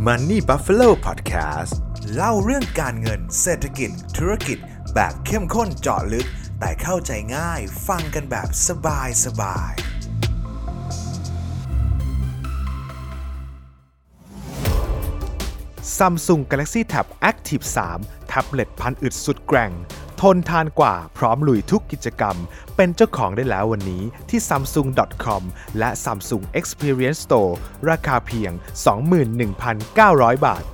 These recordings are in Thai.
Money Buffalo Podcast เล่าเรื่องการเงินเศรษฐกิจธุรกิจแบบเข้มข้นเจาะลึกแต่เข้าใจง่ายฟังกันแบบสบายๆ Samsung Galaxy Tab Active 3 แท็บเล็ตพันอึดสุดแกร่งทนทานกว่าพร้อมลุยทุกกิจกรรมเป็นเจ้าของได้แล้ววันนี้ที่ samsung.com และ Samsung Experience Store ราคาเพียง 21,900 บาท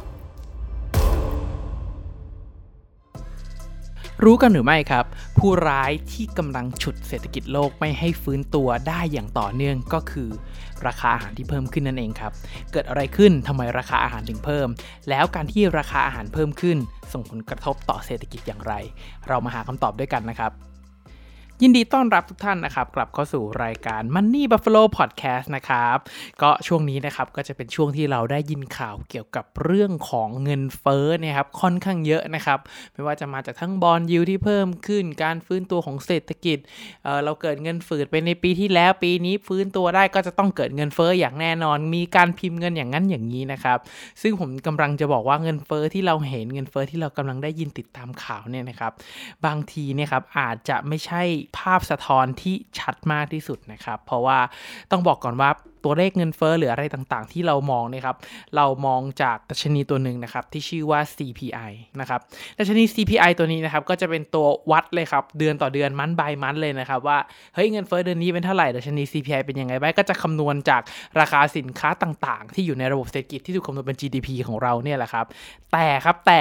รู้กันหรือไม่ครับผู้ร้ายที่กำลังฉุดเศรษฐกิจโลกไม่ให้ฟื้นตัวได้อย่างต่อเนื่องก็คือราคาอาหารที่เพิ่มขึ้นนั่นเองครับเกิดอะไรขึ้นทำไมราคาอาหารถึงเพิ่มแล้วการที่ราคาอาหารเพิ่มขึ้นส่งผลกระทบต่อเศรษฐกิจอย่างไรเรามาหาคำตอบด้วยกันนะครับยินดีต้อนรับทุกท่านนะครับกลับเข้าสู่รายการ Money Buffalo Podcast นะครับก็ช่วงนี้นะครับก็จะเป็นช่วงที่เราได้ยินข่าวเกี่ยวกับเรื่องของเงินเฟ้อเนี่ยครับค่อนข้างเยอะนะครับไม่ว่าจะมาจากทั้งบอนด์ยิลด์ที่เพิ่มขึ้นการฟื้นตัวของเศรษฐกิจเราเกิดเงินฝืดไปในปีที่แล้วปีนี้ฟื้นตัวได้ก็จะต้องเกิดเงินเฟ้ออย่างแน่นอนมีการพิมพ์เงินอย่างนั้นอย่างนี้นะครับซึ่งผมกำลังจะบอกว่าเงินเฟ้อที่เราเห็นเงินเฟ้อที่เรากำลังได้ยินติดตามข่าวเนี่ยนะครับบางทีเนี่ยครับอาจจะไม่ใช่ภาพสะท้อนที่ชัดมากที่สุดนะครับเพราะว่าต้องบอกก่อนว่าตัวเลขเงินเฟ้อหรืออะไรต่างๆที่เรามองเนี่ยครับเรามองจากดัชนีตัวหนึ่งนะครับที่ชื่อว่า CPI นะครับดัชนี CPI ตัวนี้นะครับก็จะเป็นตัววัดเลยครับเดือนต่อเดือนมันบายมันเลยนะครับว่าเฮ้ยเงินเฟ้อเดือนนี้เป็นเท่าไหร่ดัชนี CPI เป็นยังไงบ้างก็จะคำนวณจากราคาสินค้าต่างๆที่อยู่ในระบบเศรษฐกิจที่ถูกคำนวณเป็น GDP ของเราเนี่ยแหละครับแต่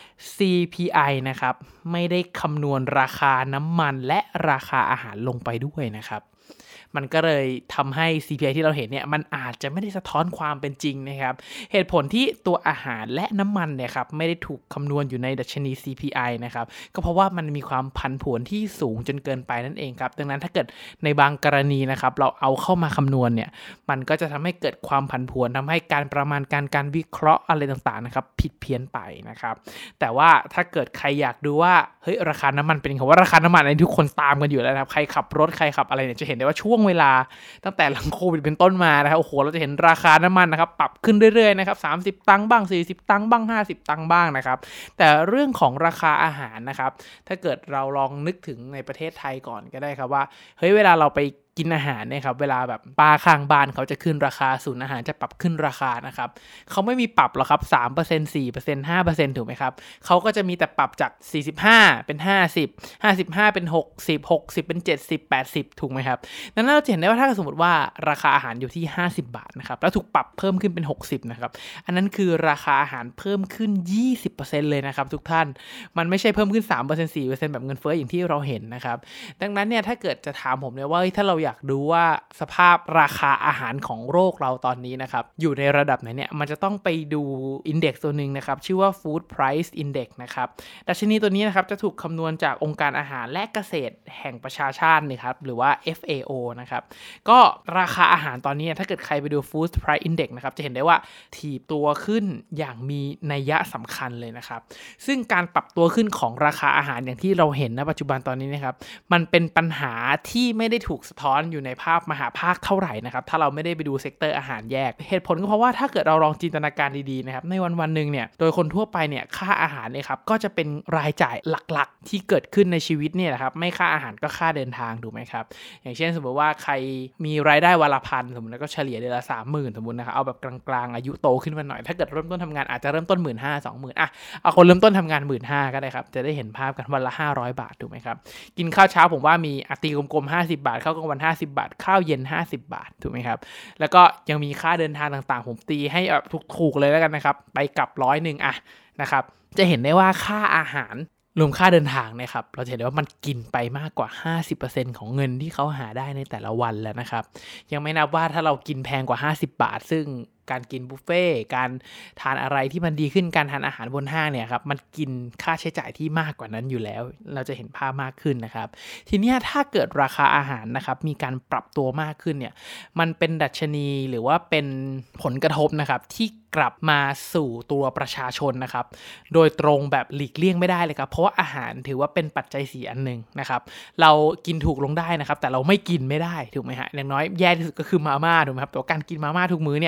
CPI นะครับไม่ได้คำนวณราคาน้ำมันและราคาอาหารลงไปด้วยนะครับมันก็เลยทำให้ CPI ที่เราเห็นเนี่ยมันอาจจะไม่ได้สะท้อนความเป็นจริงนะครับเหตุผลที่ตัวอาหารและน้ำมันเนี่ยครับไม่ได้ถูกคำนวณอยู่ในดัชนี CPI นะครับก็เพราะว่ามันมีความผันผวนที่สูงจนเกินไปนั่นเองครับดังนั้นถ้าเกิดในบางกรณีนะครับเราเอาเข้ามาคำนวณเนี่ยมันก็จะทำให้เกิดความผันผวนทำให้การประมาณการวิเคราะห์อะไรต่างๆนะครับผิดเพี้ยนไปนะครับแต่ว่าถ้าเกิดใครอยากดูว่าเฮ้ยราคาน้ำมันเป็นยังไงว่าราคาน้ำมันอะไรทุกคนตามกันอยู่แล้วนะครับใครขับรถใครขับอะไรเนี่ยจะเห็นได้ว่าช่วงเวลาตั้งแต่หลังโควิดเป็นต้นมานะครับโอ้โหเราจะเห็นราคาน้ำมันนะครับปรับขึ้นเรื่อยๆนะครับ30ตังค์บ้าง40ตังค์บ้าง50ตังค์บ้างนะครับแต่เรื่องของราคาอาหารนะครับถ้าเกิดเราลองนึกถึงในประเทศไทยก่อนก็ได้ครับว่าเฮ้ยเวลาเราไปกินอาหารเนี่ยครับเวลาแบบป้าข้างบ้านเขาจะขึ้นราคาศูนย์อาหารจะปรับขึ้นราคานะครับเขาไม่มีปรับหรอกครับ 3% 4% 5% ถูกไหมครับเขาก็จะมีแต่ปรับจาก45เป็น50 55เป็น60 60เป็น70 80ถูกไหมครับดังนั้นเราจะเห็นได้ว่าถ้าสมมติว่าราคาอาหารอยู่ที่50บาทนะครับแล้วถูกปรับเพิ่มขึ้นเป็น60นะครับอันนั้นคือราคาอาหารเพิ่มขึ้น 20% เลยนะครับทุกท่านมันไม่ใช่เพิ่มขึ้น 3% 4% แบบเงินเฟ้ออย่างที่เราเห็นนะครับดังนั้นเนี่ยถ้าเกิดจะถามผมเนี่ยว่าถ้าเราอยากดูว่าสภาพราคาอาหารของโลกเราตอนนี้นะครับอยู่ในระดับไหนเนี่ยมันจะต้องไปดูอินเด็กซ์ตัวหนึ่งนะครับชื่อว่า Food Price Index นะครับดัชนีตัวนี้นะครับจะถูกคำนวณจากองค์การอาหารและเกษตรแห่งประชาชาตินะครับหรือว่า FAO นะครับก็ราคาอาหารตอนนี้ถ้าเกิดใครไปดู Food Price Index นะครับจะเห็นได้ว่าถีบตัวขึ้นอย่างมีนัยสำคัญเลยนะครับซึ่งการปรับตัวขึ้นของราคาอาหารอย่างที่เราเห็นณปัจจุบันตอนนี้นะครับมันเป็นปัญหาที่ไม่ได้ถูกสะท้อนอยู่ในภาพมหาภาคเท่าไหร่นะครับถ้าเราไม่ได้ไปดูเซกเตอร์อาหารแยกเหตุผลก็เพราะว่าถ้าเกิดเราลองจินตนาการดีๆนะครับในวันๆนึงเนี่ยโดยคนทั่วไปเนี่ยค่าอาหารเนี่ยครับก็จะเป็นรายจ่ายหลักๆที่เกิดขึ้นในชีวิตเนี่ยนะครับไม่ค่าอาหารก็ค่าเดินทางถูกไหมครับอย่างเช่นสมมติว่าใครมีรายได้วันละพันสมมติแล้วก็เฉลี่ยเดือนละ 30,000 สมมตินะครับเอาแบบกลางๆอายุโตขึ้นมาหน่อยถ้าเกิดเริ่มต้นทำงานอาจจะเริ่มต้น 15,000 20,000อ่ะเอาคนเริ่มต้นทำงาน 15,000 ก็ได้ครับจะได้เห็นภาพกันวันละ500 บาทถูกไหมครับกินข้าวเช้าผมว่ามีตีกลมๆ50 บาทข้าวกลางวัน50 บาทข้าวเย็น50 บาทถูกไหมครับแล้วก็ยังมีค่าเดินทางต่างๆผมตีให้ถูกๆเลยแล้วกันนะครับไปกลับ100อ่ะนะครับจะเห็นได้ว่าค่าอาหารรวมค่าเดินทางเนี่ยครับเราจะเห็นได้ว่ามันกินไปมากกว่า 50% ของเงินที่เขาหาได้ในแต่ละวันแล้วนะครับยังไม่นับว่าถ้าเรากินแพงกว่า50 บาทซึ่งการกินบุฟเฟ่การทานอะไรที่มันดีขึ้นการทานอาหารบนห้างเนี่ยครับมันกินค่าใช้จ่ายที่มากกว่านั้นอยู่แล้วเราจะเห็นภาพมากขึ้นนะครับทีนี้ถ้าเกิดราคาอาหารนะครับมีการปรับตัวมากขึ้นเนี่ยมันเป็นดัชนีหรือว่าเป็นผลกระทบนะครับที่กลับมาสู่ตัวประชาชนนะครับโดยตรงแบบหลีกเลี่ยงไม่ได้เลยครับเพราะว่าอาหารถือว่าเป็นปัจจัย4อันนึงนะครับเรากินถูกลงได้นะครับแต่เราไม่กินไม่ได้ถูกไหมฮะอย่างน้อยแย่ที่สุดก็คือมาม่าถูกไหมครับแต่ว่าการกินมาม่าทุกมื้อเนี่ยมัน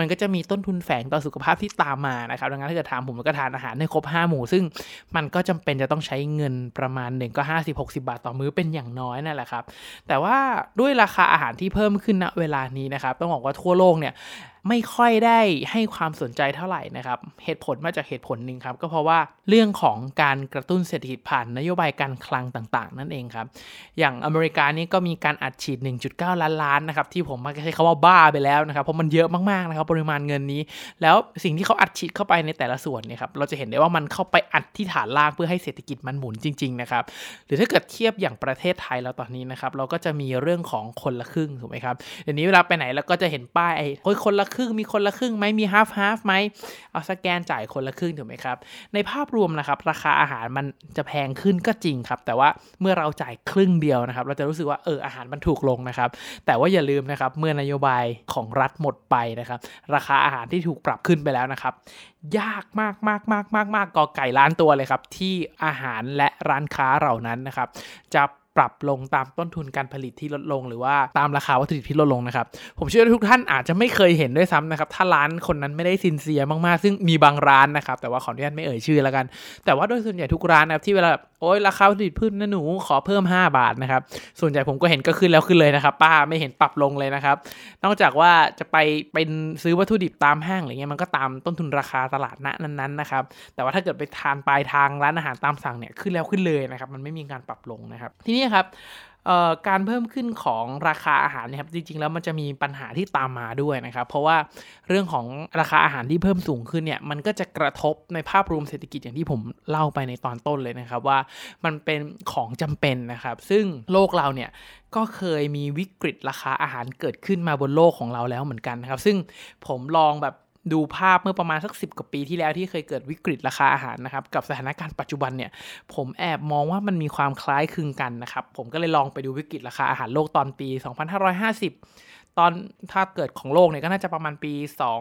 มันก็จะมีต้นทุนแฝงต่อสุขภาพที่ตามมานะครับดังนั้นถ้าเกิดถามผมก็ทานอาหารให้ครบ5หมู่ซึ่งมันก็จำเป็นจะต้องใช้เงินประมาณหนึ่งก็50-60 บาทต่อมื้อเป็นอย่างน้อยนั่นแหละครับแต่ว่าด้วยราคาอาหารที่เพิ่มขึ้นณเวลานี้นะครับต้องบอกว่าทั่วโลกเนี่ยไม่ค่อยได้ให้ความสนใจเท่าไหร่นะครับเหตุผลมาจากเหตุผลนึงครับก็เพราะว่าเรื่องของการกระตุ้นเศรษฐกิจผ่านนโยบายการคลังต่างๆนั่นเองครับอย่างอเมริกานี่ก็มีการอัดฉีด 1.9 ล้านนะครับที่ผมใช้คำว่าบ้าไปแล้วนะครับเพราะมันเยอะมากๆนะครับปริมาณเงินนี้แล้วสิ่งที่เขาอัดฉีดเข้าไปในแต่ละส่วนเนี่ยครับเราจะเห็นได้ว่ามันเข้าไปอัดที่ฐานล่างเพื่อให้เศรษฐกิจมันหมุนจริงๆนะครับหรือถ้าเกิดเทียบอย่างประเทศไทยเราตอนนี้นะครับเราก็จะมีเรื่องของคนละครึ่งถูกไหมครับเดี๋ยวนี้เวลาไปไหนเราก็จะเห็นป้ายคนละครึ่งมีคนละครึ่งไหมมีฮาฟไหมเอาสแกนจ่ายคนละครึ่งถูกไหมครับในภาพรวมนะครับราคาอาหารมันจะแพงขึ้นก็จริงครับแต่ว่าเมื่อเราจ่ายครึ่งเดียวนะครับเราจะรู้สึกว่าอาหารมันถูกลงนะครับแต่ว่าอย่าลืมนะครับเมื่อนโยบายของรัฐหมดไปนะครับราคาอาหารที่ถูกปรับขึ้นไปแล้วนะครับยากมากกอไก่ล้านตัวเลยครับที่อาหารและร้านค้าเหล่านั้นนะครับจะปรับลงตามต้นทุนการผลิตที่ลดลงหรือว่าตามราคาวัตถุดิบที่ลดลงนะครับผมเชื่อว่าทุกท่านอาจจะไม่เคยเห็นด้วยซ้ำนะครับถ้าร้านคนนั้นไม่ได้ซินเซียมากๆซึ่งมีบางร้านนะครับแต่ว่าขออนุญาตไม่เอ่ยชื่อแล้วกันแต่ว่าโดยส่วนใหญ่ทุกร้านนะครับที่เวลาราคาวัตถุดิบขึ้นนะหนูขอเพิ่ม5 บาทนะครับส่วนใหญ่ผมก็เห็นก็ขึ้นแล้วขึ้นเลยนะครับป้าไม่เห็นปรับลงเลยนะครับนอกจากว่าจะไปเป็นซื้อวัตถุดิบตามห้างอะไรเงี้ยมันก็ตามต้นทุนราคาตลาดณนั้นๆนะครับแต่ว่าถ้าเกิดไปทานปลายทางร้านอาหารตามสั่งเนี่ยขึ้นแล้วขึ้นเลยนะครับมันไม่มีการปรับลงนะครับทีนี้ครับการเพิ่มขึ้นของราคาอาหารเนี่ยครับจริงๆแล้วมันจะมีปัญหาที่ตามมาด้วยนะครับเพราะว่าเรื่องของราคาอาหารที่เพิ่มสูงขึ้นเนี่ยมันก็จะกระทบในภาพรวมเศรษฐกิจอย่างที่ผมเล่าไปในตอนต้นเลยนะครับว่ามันเป็นของจำเป็นนะครับซึ่งโลกเราเนี่ยก็เคยมีวิกฤตราคาอาหารเกิดขึ้นมาบนโลกของเราแล้วเหมือนกันนะครับซึ่งผมลองแบบดูภาพเมื่อประมาณสัก10 กว่าปีที่แล้วที่เคยเกิดวิกฤตราคาอาหารนะครับกับสถานการณ์ปัจจุบันเนี่ยผมแอบมองว่ามันมีความคล้ายคลึงกันนะครับผมก็เลยลองไปดูวิกฤตราคาอาหารโลกตอนปี 2550 ตอนถ้าเกิดของโลกเนี่ยก็น่าจะประมาณปี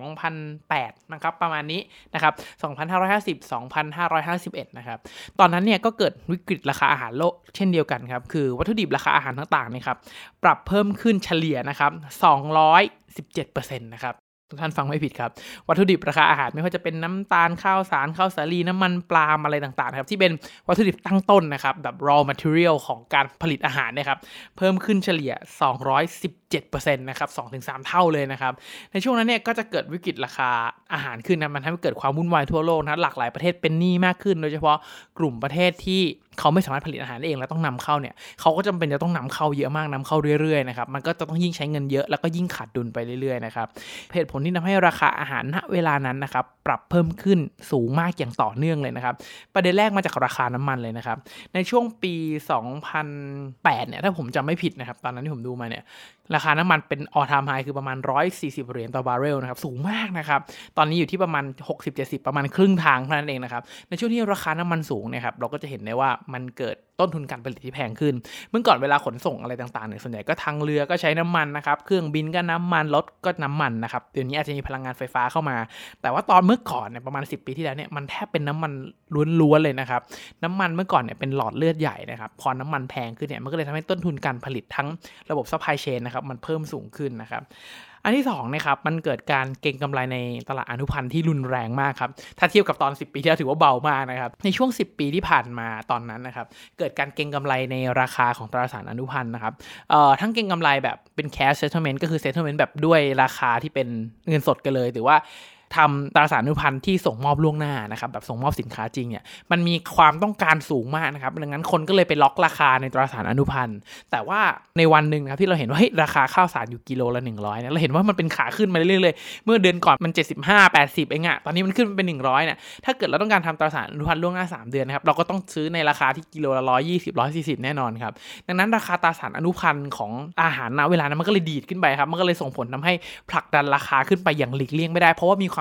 2008 นะครับประมาณนี้นะครับ 2550-2551 นะครับตอนนั้นเนี่ยก็เกิดวิกฤตราคาอาหารโลกเช่นเดียวกันครับคือวัตถุดิบราคาอาหารต่างๆเนี่ยครับปรับเพิ่มขึ้นเฉลี่ยนะครับ 217% นะครับทุกท่านฟังไม่ผิดครับวัตถุดิบราคาอาหารไม่ว่าจะเป็นน้ำตาลข้าวสารข้าวสาลีน้ำมันปาล์มอะไรต่างๆครับที่เป็นวัตถุดิบตั้งต้นนะครับแบบ raw material ของการผลิตอาหารนะครับเพิ่มขึ้นเฉลี่ย 217% นะครับ 2-3 เท่าเลยนะครับในช่วงนั้นเนี่ยก็จะเกิดวิกฤตราคาอาหารขึ้นนะมันทำให้เกิดความวุ่นวายทั่วโลกนะหลากหลายประเทศเป็นหนี้มากขึ้นโดยเฉพาะกลุ่มประเทศที่เขาไม่สามารถผลิตอาหารเองแล้วต้องนำเข้าเนี่ยเขาก็จำเป็นจะต้องนำเข้าเยอะมากนำเข้าเรื่อยๆนะครับมันก็จะต้องยิ่งใช้เงินเยอะแล้วก็ยิ่งขาดดุลไปเรื่อยๆนะครับเหตุผลที่ทำให้ราคาอาหารณเวลานั้นนะครับปรับเพิ่มขึ้นสูงมากอย่างต่อเนื่องเลยนะครับประเด็นแรกมาจากราคาน้ำมันเลยนะครับในช่วงปี 2008 เนี่ยถ้าผมจำไม่ผิดนะครับตอนนั้นที่ผมดูมาเนี่ยราคาน้ำมันเป็น all time high คือประมาณ$140ต่อบาร์เรลนะครับสูงมากนะครับตอนนี้อยู่ที่ประมาณ 60-70 ประมาณครึ่งทางเท่านั้นเองนะครับในช่วงที่ราคาน้ำมันสูงเนี่ยครับเราก็จะเห็นได้ว่ามันเกิดต้นทุนการผลิตที่แพงขึ้นเมื่อก่อนเวลาขนส่งอะไรต่างๆเนี่ยส่วนใหญ่ก็ทางเรือก็ใช้น้ำมันนะครับเครื่องบินก็น้ำมันรถก็น้ำมันนะครับเดี๋ยวนี้อาจจะมีพลังงานไฟฟ้าเข้ามาแต่ว่าตอนเมื่อก่อนเนี่ยประมาณ10 ปีที่แล้วเนี่ยมันแทบเป็นน้ำมันล้วนๆเลยนะครับน้ำมันเมื่อก่อนเนี่ยเป็นหลอดเลือดใหญ่นะครับพอน้ำมันแพงขึ้นเนี่ยมันก็เลยทำให้ต้นทุนการผลิตทั้งระบบซัพพลายเชนนะครับมันเพิ่มสูงขึ้นนะครับอันที่2นะครับมันเกิดการเก็งกำไรในตลาดอนุพันธ์ที่รุนแรงมากครับถ้าเทียบกับตอน10 ปีที่แล้วถือว่าเบามากนะครับในช่วง10 ปีที่ผ่านมาตอนนั้นนะครับเกิดการเก็งกำไรในราคาของตราสารอนุพันธ์นะครับทั้งเก็งกำไรแบบเป็น cash settlement ก็คือ settlement แบบด้วยราคาที่เป็นเงินสดกันเลยหรือว่าทำตราสารอนุพันธ์ที่ส่งมอบล่วงหน้านะครับแบบส่งมอบสินค้าจริงเนี่ยมันมีความต้องการสูงมากนะครับดังนั้นคนก็เลยไปล็อกราคาในตราสารอนุพันธ์แต่ว่าในวันนึงนะครับที่เราเห็นว่าราคาข้าวสารอยู่กิโลละ100เนี่ยเราเห็นว่ามันเป็นขาขึ้นมาเรื่อยๆเมื่อเดือนก่อนมัน75-80เองอะตอนนี้มันขึ้นเป็น100เนี่ยถ้าเกิดเราต้องการทำตราสารอนุพันธ์ล่วงหน้า3 เดือนนะครับเราก็ต้องซื้อในราคาที่กิโลละ120-140แน่นอนครับดังนั้นราคาตราสารอนุพันธ์ของอาหารณเวลานั้นมันก็เลยดีดขึ้นไปครับมันก็เลยส่งผลทำให้ผลักดันราคาขึ้นไปอย่างหลีกเลี่ยงไม่ได้เพราะว่ามีความ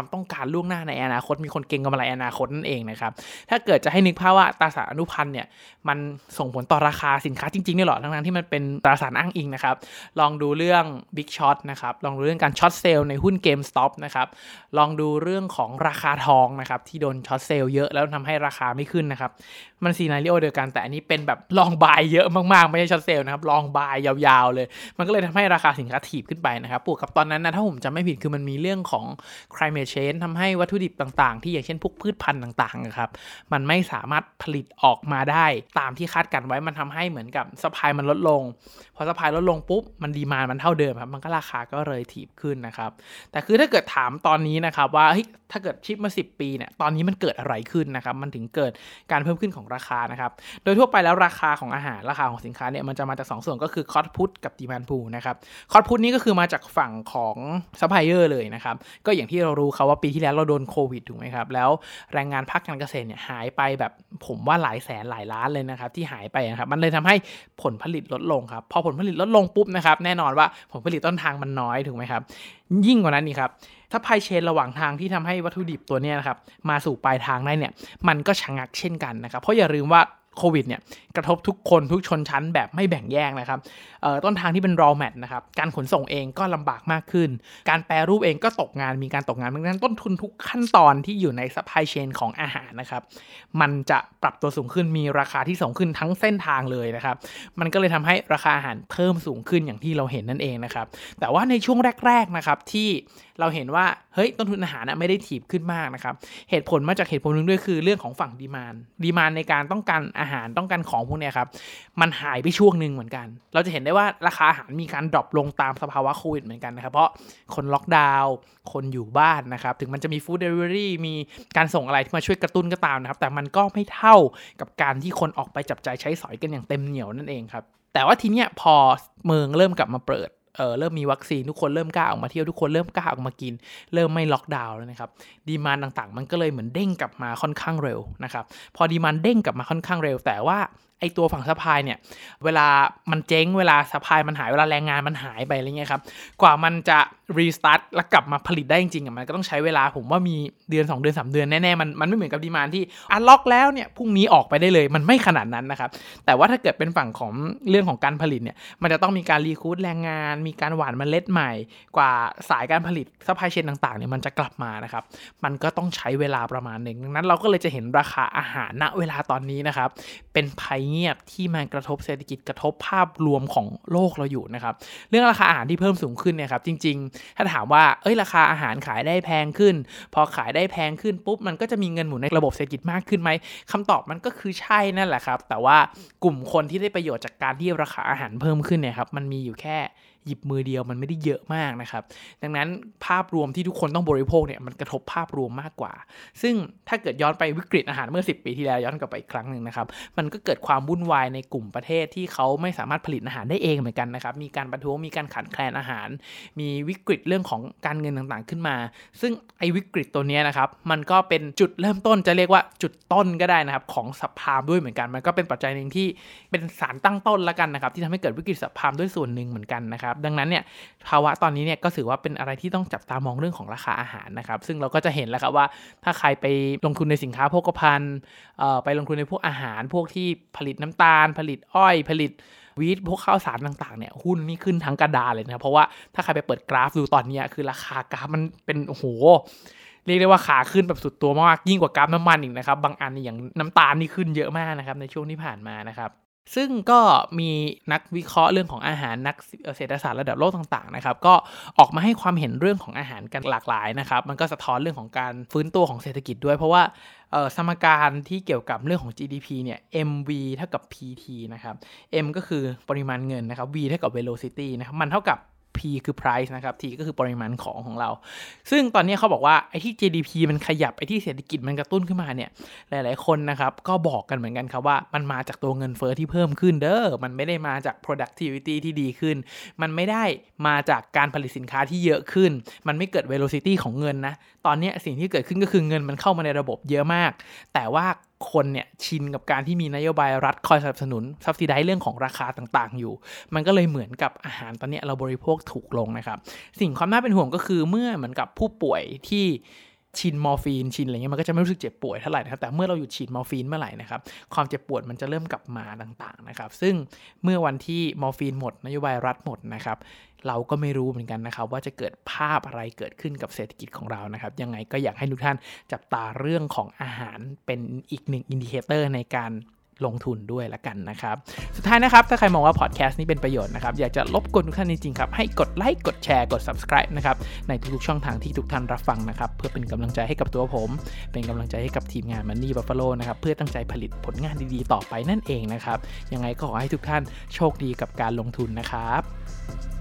ความต้องการล่วงหน้าในอนาคตมีคนเก็งกำไรอนาคตนั่นเองนะครับถ้าเกิดจะให้นึกภาพว่าตราสารอนุพันธ์เนี่ยมันส่งผลต่อราคาสินค้าจริงๆเนี่ยหรอทั้งๆที่มันเป็นตราสารอ้างอิงนะครับลองดูเรื่อง Big Short นะครับลองดูเรื่องการช็อตเซลล์ในหุ้น GameStop นะครับลองดูเรื่องของราคาทองนะครับที่โดนช็อตเซลล์เยอะแล้วทำให้ราคาไม่ขึ้นนะครับมันซีนาริโอเดียวกันแต่อันนี้เป็นแบบลองบายเยอะมากๆไม่ใช่ช็อตเซลล์นะครับลองบายยาวๆเลยมันก็เลยทำให้ราคาสินค้าถีบขึ้นไปนะครับบวกกับตอนนั้นนะถ้าผมจำไม่ผิดคือมันมีเรื่องของ climate change ทำให้วัตถุดิบต่างๆที่อย่างเช่นพวกพืชพันธุ์ต่างๆนะครับมันไม่สามารถผลิตออกมาได้ตามที่คาดการไว้มันทำให้เหมือนกับซัพพลายมันลดลงพอซัพพลายลดลงปุ๊บมันดีมานด์มันเท่าเดิมครับมันก็ราคาก็เลยถีบขึ้นนะครับแต่คือถ้าเกิดถามตอนนี้นะครับว่าถ้าเกิดชิปมา10ปีเนี่ยตอนนี้มันเกิดอะไรขึ้นนะครับมันถึงเกิดการเพิ่มขึ้นของราคานะครับโดยทั่วไปแล้วราคาของอาหารราคาของสินค้าเนี่ยมันจะมาจาก2ส่วนก็คือ cost push กับ demand pull นะครับ cost push นี่ก็คือมาจากฝั่งของซัพพลายเออร์เลยนะครับก็อย่างที่เรารู้ครับว่าปีที่แล้วเราโดนโควิดถูกไหมครับแล้วแรงงานภาคการเกษตรเนี่ยหายไปแบบผมว่าหลายแสนหลายล้านเลยนะครับที่หายไปนะครับมันเลยทำให้ผลผลิตลดลงครับพอผลผลิตลดลงปุ๊บนะครับแน่นอนว่าผลผลิตต้นทางมันน้อยถูกไหมครับยิ่งกว่านั้นนี่ครับถ้าซัพพลายเชนระหว่างทางที่ทำให้วัตถุดิบตัวนี้นะครับมาสู่ปลายทางได้เนี่ยมันก็ชะงักเช่นกันนะครับเพราะอย่าลืมว่าโควิดเนี่ยกระทบทุกคนทุกชนชั้นแบบไม่แบ่งแยกนะครับต้นทางที่เป็น raw mat นะครับการขนส่งเองก็ลำบากมากขึ้นการแปรรูปเองก็ตกงานมีการตกงานเพราะฉะนั้นต้นทุนทุกขั้นตอนที่อยู่ในซัพพลายเชนของอาหารนะครับมันจะปรับตัวสูงขึ้นมีราคาที่สูงขึ้นทั้งเส้นทางเลยนะครับมันก็เลยทำให้ราคาอาหารเพิ่มสูงขึ้นอย่างที่เราเห็นนั่นเองนะครับแต่ว่าในช่วงแรกๆนะครับที่เราเห็นว่าต้นทุนอาหารไม่ได้ถีบขึ้นมากนะครับเหตุผลมาจากเหตุผลนึงด้วยคือเรื่องของฝั่งดีมานด์ในการต้องการอาหารต้องการของพวกนี้ครับมันหายไปช่วงนึงเหมือนกันเราจะเห็นได้ว่าราคาอาหารมีการดรอปลงตามสภาวะโควิดเหมือนกันนะครับเพราะคนล็อกดาวน์คนอยู่บ้านนะครับถึงมันจะมีฟู้ดเดลิเวอรี่มีการส่งอะไรที่มาช่วยกระตุ้นก็ตามนะครับแต่มันก็ไม่เท่ากับการที่คนออกไปจับจ่ายใช้สอยกันอย่างเต็มเหนี่ยวนั่นเองครับแต่ว่าทีเนี้ยพอเมืองเริ่มกลับมาเปิดเริ่มมีวัคซีนทุกคนเริ่มกล้าออกมาเที่ยวทุกคนเริ่มกล้าออกมากินเริ่มไม่ล็อกดาวน์แล้วนะครับดีมานด์ต่างๆมันก็เลยเหมือนเด้งกลับมาค่อนข้างเร็วนะครับพอดีมานด์เด้งกลับมาค่อนข้างเร็วแต่ว่าไอตัวฝั่งซัพพลายเนี่ยเวลามันเจ๊งเวลาซัพพลายมันหายเวลาแรงงานมันหายไปอะไรเงี้ยครับกว่ามันจะรีสตาร์ทแล้วกลับมาผลิตได้จริงๆมันก็ต้องใช้เวลาผมว่ามีเดือน2เดือน3เดือนแน่ๆมันไม่เหมือนกับดีมานด์ที่อันล็อกแล้วเนี่ยพรุ่งนี้ออกไปได้เลยมันไม่ขนาดนั้นนะครับแต่ว่าถ้าเกิดเป็นฝั่งของเรื่องของการผลิตเนี่ยมันจะต้องมีการรีครูทแรงงานมีการหว่านเมล็ดใหม่กว่าสายการผลิตซัพพลายเชนต่างๆเนี่ยมันจะกลับมานะครับมันก็ต้องใช้เวลาประมาณนึงดังนั้นเราก็เลยจะเห็นราคาอาหารณเวลาตอนนี้นะครับเป็นภัยเงียบที่มันกระทบเศรษฐกิจกระทบภาพรวมของโลกเราอยู่นะครับเรื่องราคาอาหารที่เพิ่มสูงขึ้นเนี่ยครับจริงๆถ้าถามว่าราคาอาหารขายได้แพงขึ้นพอขายได้แพงขึ้นปุ๊บมันก็จะมีเงินหมุนในระบบเศรษฐกิจมากขึ้นไหมคำตอบมันก็คือใช่นั่นแหละครับแต่ว่ากลุ่มคนที่ได้ประโยชน์จากการที่ราคาอาหารเพิ่มขึ้นเนี่ยครับมันมีอยู่แค่หยิบมือเดียวมันไม่ได้เยอะมากนะครับดังนั้นภาพรวมที่ทุกคนต้องบริโภคเนี่ยมันกระทบภาพรวมมากกว่าซึ่งถ้าเกิดย้อนไปวิกฤตอาหารเมื่อ10ปีที่แล้วย้อนกลับไปอีกครั้งนึงนะครับมันก็เกิดความวุ่นวายในกลุ่มประเทศที่เขาไม่สามารถผลิตอาหารได้เองเหมือนกันนะครับมีการประท้วงมีการขาดแคลนอาหารมีวิกฤตเรื่องของการเงินต่างๆขึ้นมาซึ่งไอ้วิกฤตตัวนี้นะครับมันก็เป็นจุดเริ่มต้นจะเรียกว่าจุดต้นก็ได้นะครับของซับไพรม์ด้วยเหมือนกันมันก็เป็นปัจจัยนึงที่เป็นสารตั้งต้นละกันนะครับที่ทำให้เกิดวิกฤตซับไพรม์ด้วยส่วนหนึ่งเหมือนกันนะครับดังนั้นเนี่ยภาวะตอนนี้เนี่ยก็ถือว่าเป็นอะไรที่ต้องจับตามองเรื่องของราคาอาหารนะครับซึ่งเราก็จะเห็นแล้วครับว่าถ้าใครไปลงทุนในสินค้าโภคภัณฑ์ไปลงทุนในพวกอาหารพวกที่ผลิตน้ำตาลผลิตอ้อยผลิตวีทพวกข้าวสารต่างๆเนี่ยหุ้นนี่ขึ้นทั้งกระดานเลยนะเพราะว่าถ้าใครไปเปิดกราฟดูตอนนี้คือราคากราฟมันเป็นโอ้โหเรียกได้ว่าขาขึ้นแบบสุดตัวมากยิ่งกว่ากราฟน้ำมันอีกนะครับบางอันอย่างน้ำตาลนี่ขึ้นเยอะมากนะครับในช่วงที่ผ่านมานะครับซึ่งก็มีนักวิเคราะห์เรื่องของอาหารนักเศรษฐศาสตร์ระดับโลกต่างๆนะครับก็ออกมาให้ความเห็นเรื่องของอาหารกันหลากหลายนะครับมันก็สะท้อนเรื่องของการฟื้นตัวของเศรษฐกิจด้วยเพราะว่าสมการที่เกี่ยวกับเรื่องของ GDP เนี่ย MV เท่ากับ PT นะครับ M ก็คือปริมาณเงินนะครับ V เท่ากับ velocity นะครับมันเท่ากับP คือ price นะครับ T ก็คือปริมาณของเราซึ่งตอนนี้เขาบอกว่าไอ้ที่ GDP มันขยับไอ้ที่เศรษฐกิจมันกระตุ้นขึ้นมาเนี่ยหลายๆคนนะครับก็บอกกันเหมือนกันครับว่ามันมาจากตัวเงินเฟ้อที่เพิ่มขึ้นมันไม่ได้มาจาก productivity ที่ดีขึ้นมันไม่ได้มาจากการผลิตสินค้าที่เยอะขึ้นมันไม่เกิด velocity ของเงินนะตอนนี้สิ่งที่เกิดขึ้นก็คือเงินมันเข้ามาในระบบเยอะมากแต่ว่าคนเนี่ยชินกับการที่มีนโยบายรัฐคอยสนับสนุนซับซิไดซ์เรื่องของราคาต่างๆอยู่มันก็เลยเหมือนกับอาหารตอนนี้เราบริโภคถูกลงนะครับสิ่งความน่าเป็นห่วงก็คือเมื่อเหมือนกับผู้ป่วยที่ชินมอร์ฟีนชินอะไรเงี้ยมันก็จะไม่รู้สึกเจ็บป่วยเท่าไหร่นะครับแต่เมื่อเราหยุดฉีดมอร์ฟีนเมื่อไหร่นะครับความเจ็บปวดมันจะเริ่มกลับมาต่างๆนะครับซึ่งเมื่อวันที่มอร์ฟีนหมดนโยบายรัฐหมดนะครับเราก็ไม่รู้เหมือนกันนะครับว่าจะเกิดภาพอะไรเกิดขึ้นกับเศรษฐกิจของเรานะครับยังไงก็อยากให้ทุกท่านจับตาเรื่องของอาหารเป็นอีกหนึ่งอินดิเคเตอร์ในการลงทุนด้วยละกันนะครับสุดท้ายนะครับถ้าใครมองว่าพอดแคสต์นี้เป็นประโยชน์นะครับอยากจะรบกวนทุกท่านจริงๆครับให้กดไลค์กดแชร์กด subscribe นะครับในทุกๆช่องทางที่ทุกท่านรับฟังนะครับเพื่อเป็นกำลังใจให้กับตัวผมเป็นกำลังใจให้กับทีมงาน Money Buffalo นะครับเพื่อตั้งใจผลิตผลงานดีๆต่อไปนั่นเองนะครับยังไงก็ขอให้ทุกท่านโชคดีกับการลงทุนนะครับ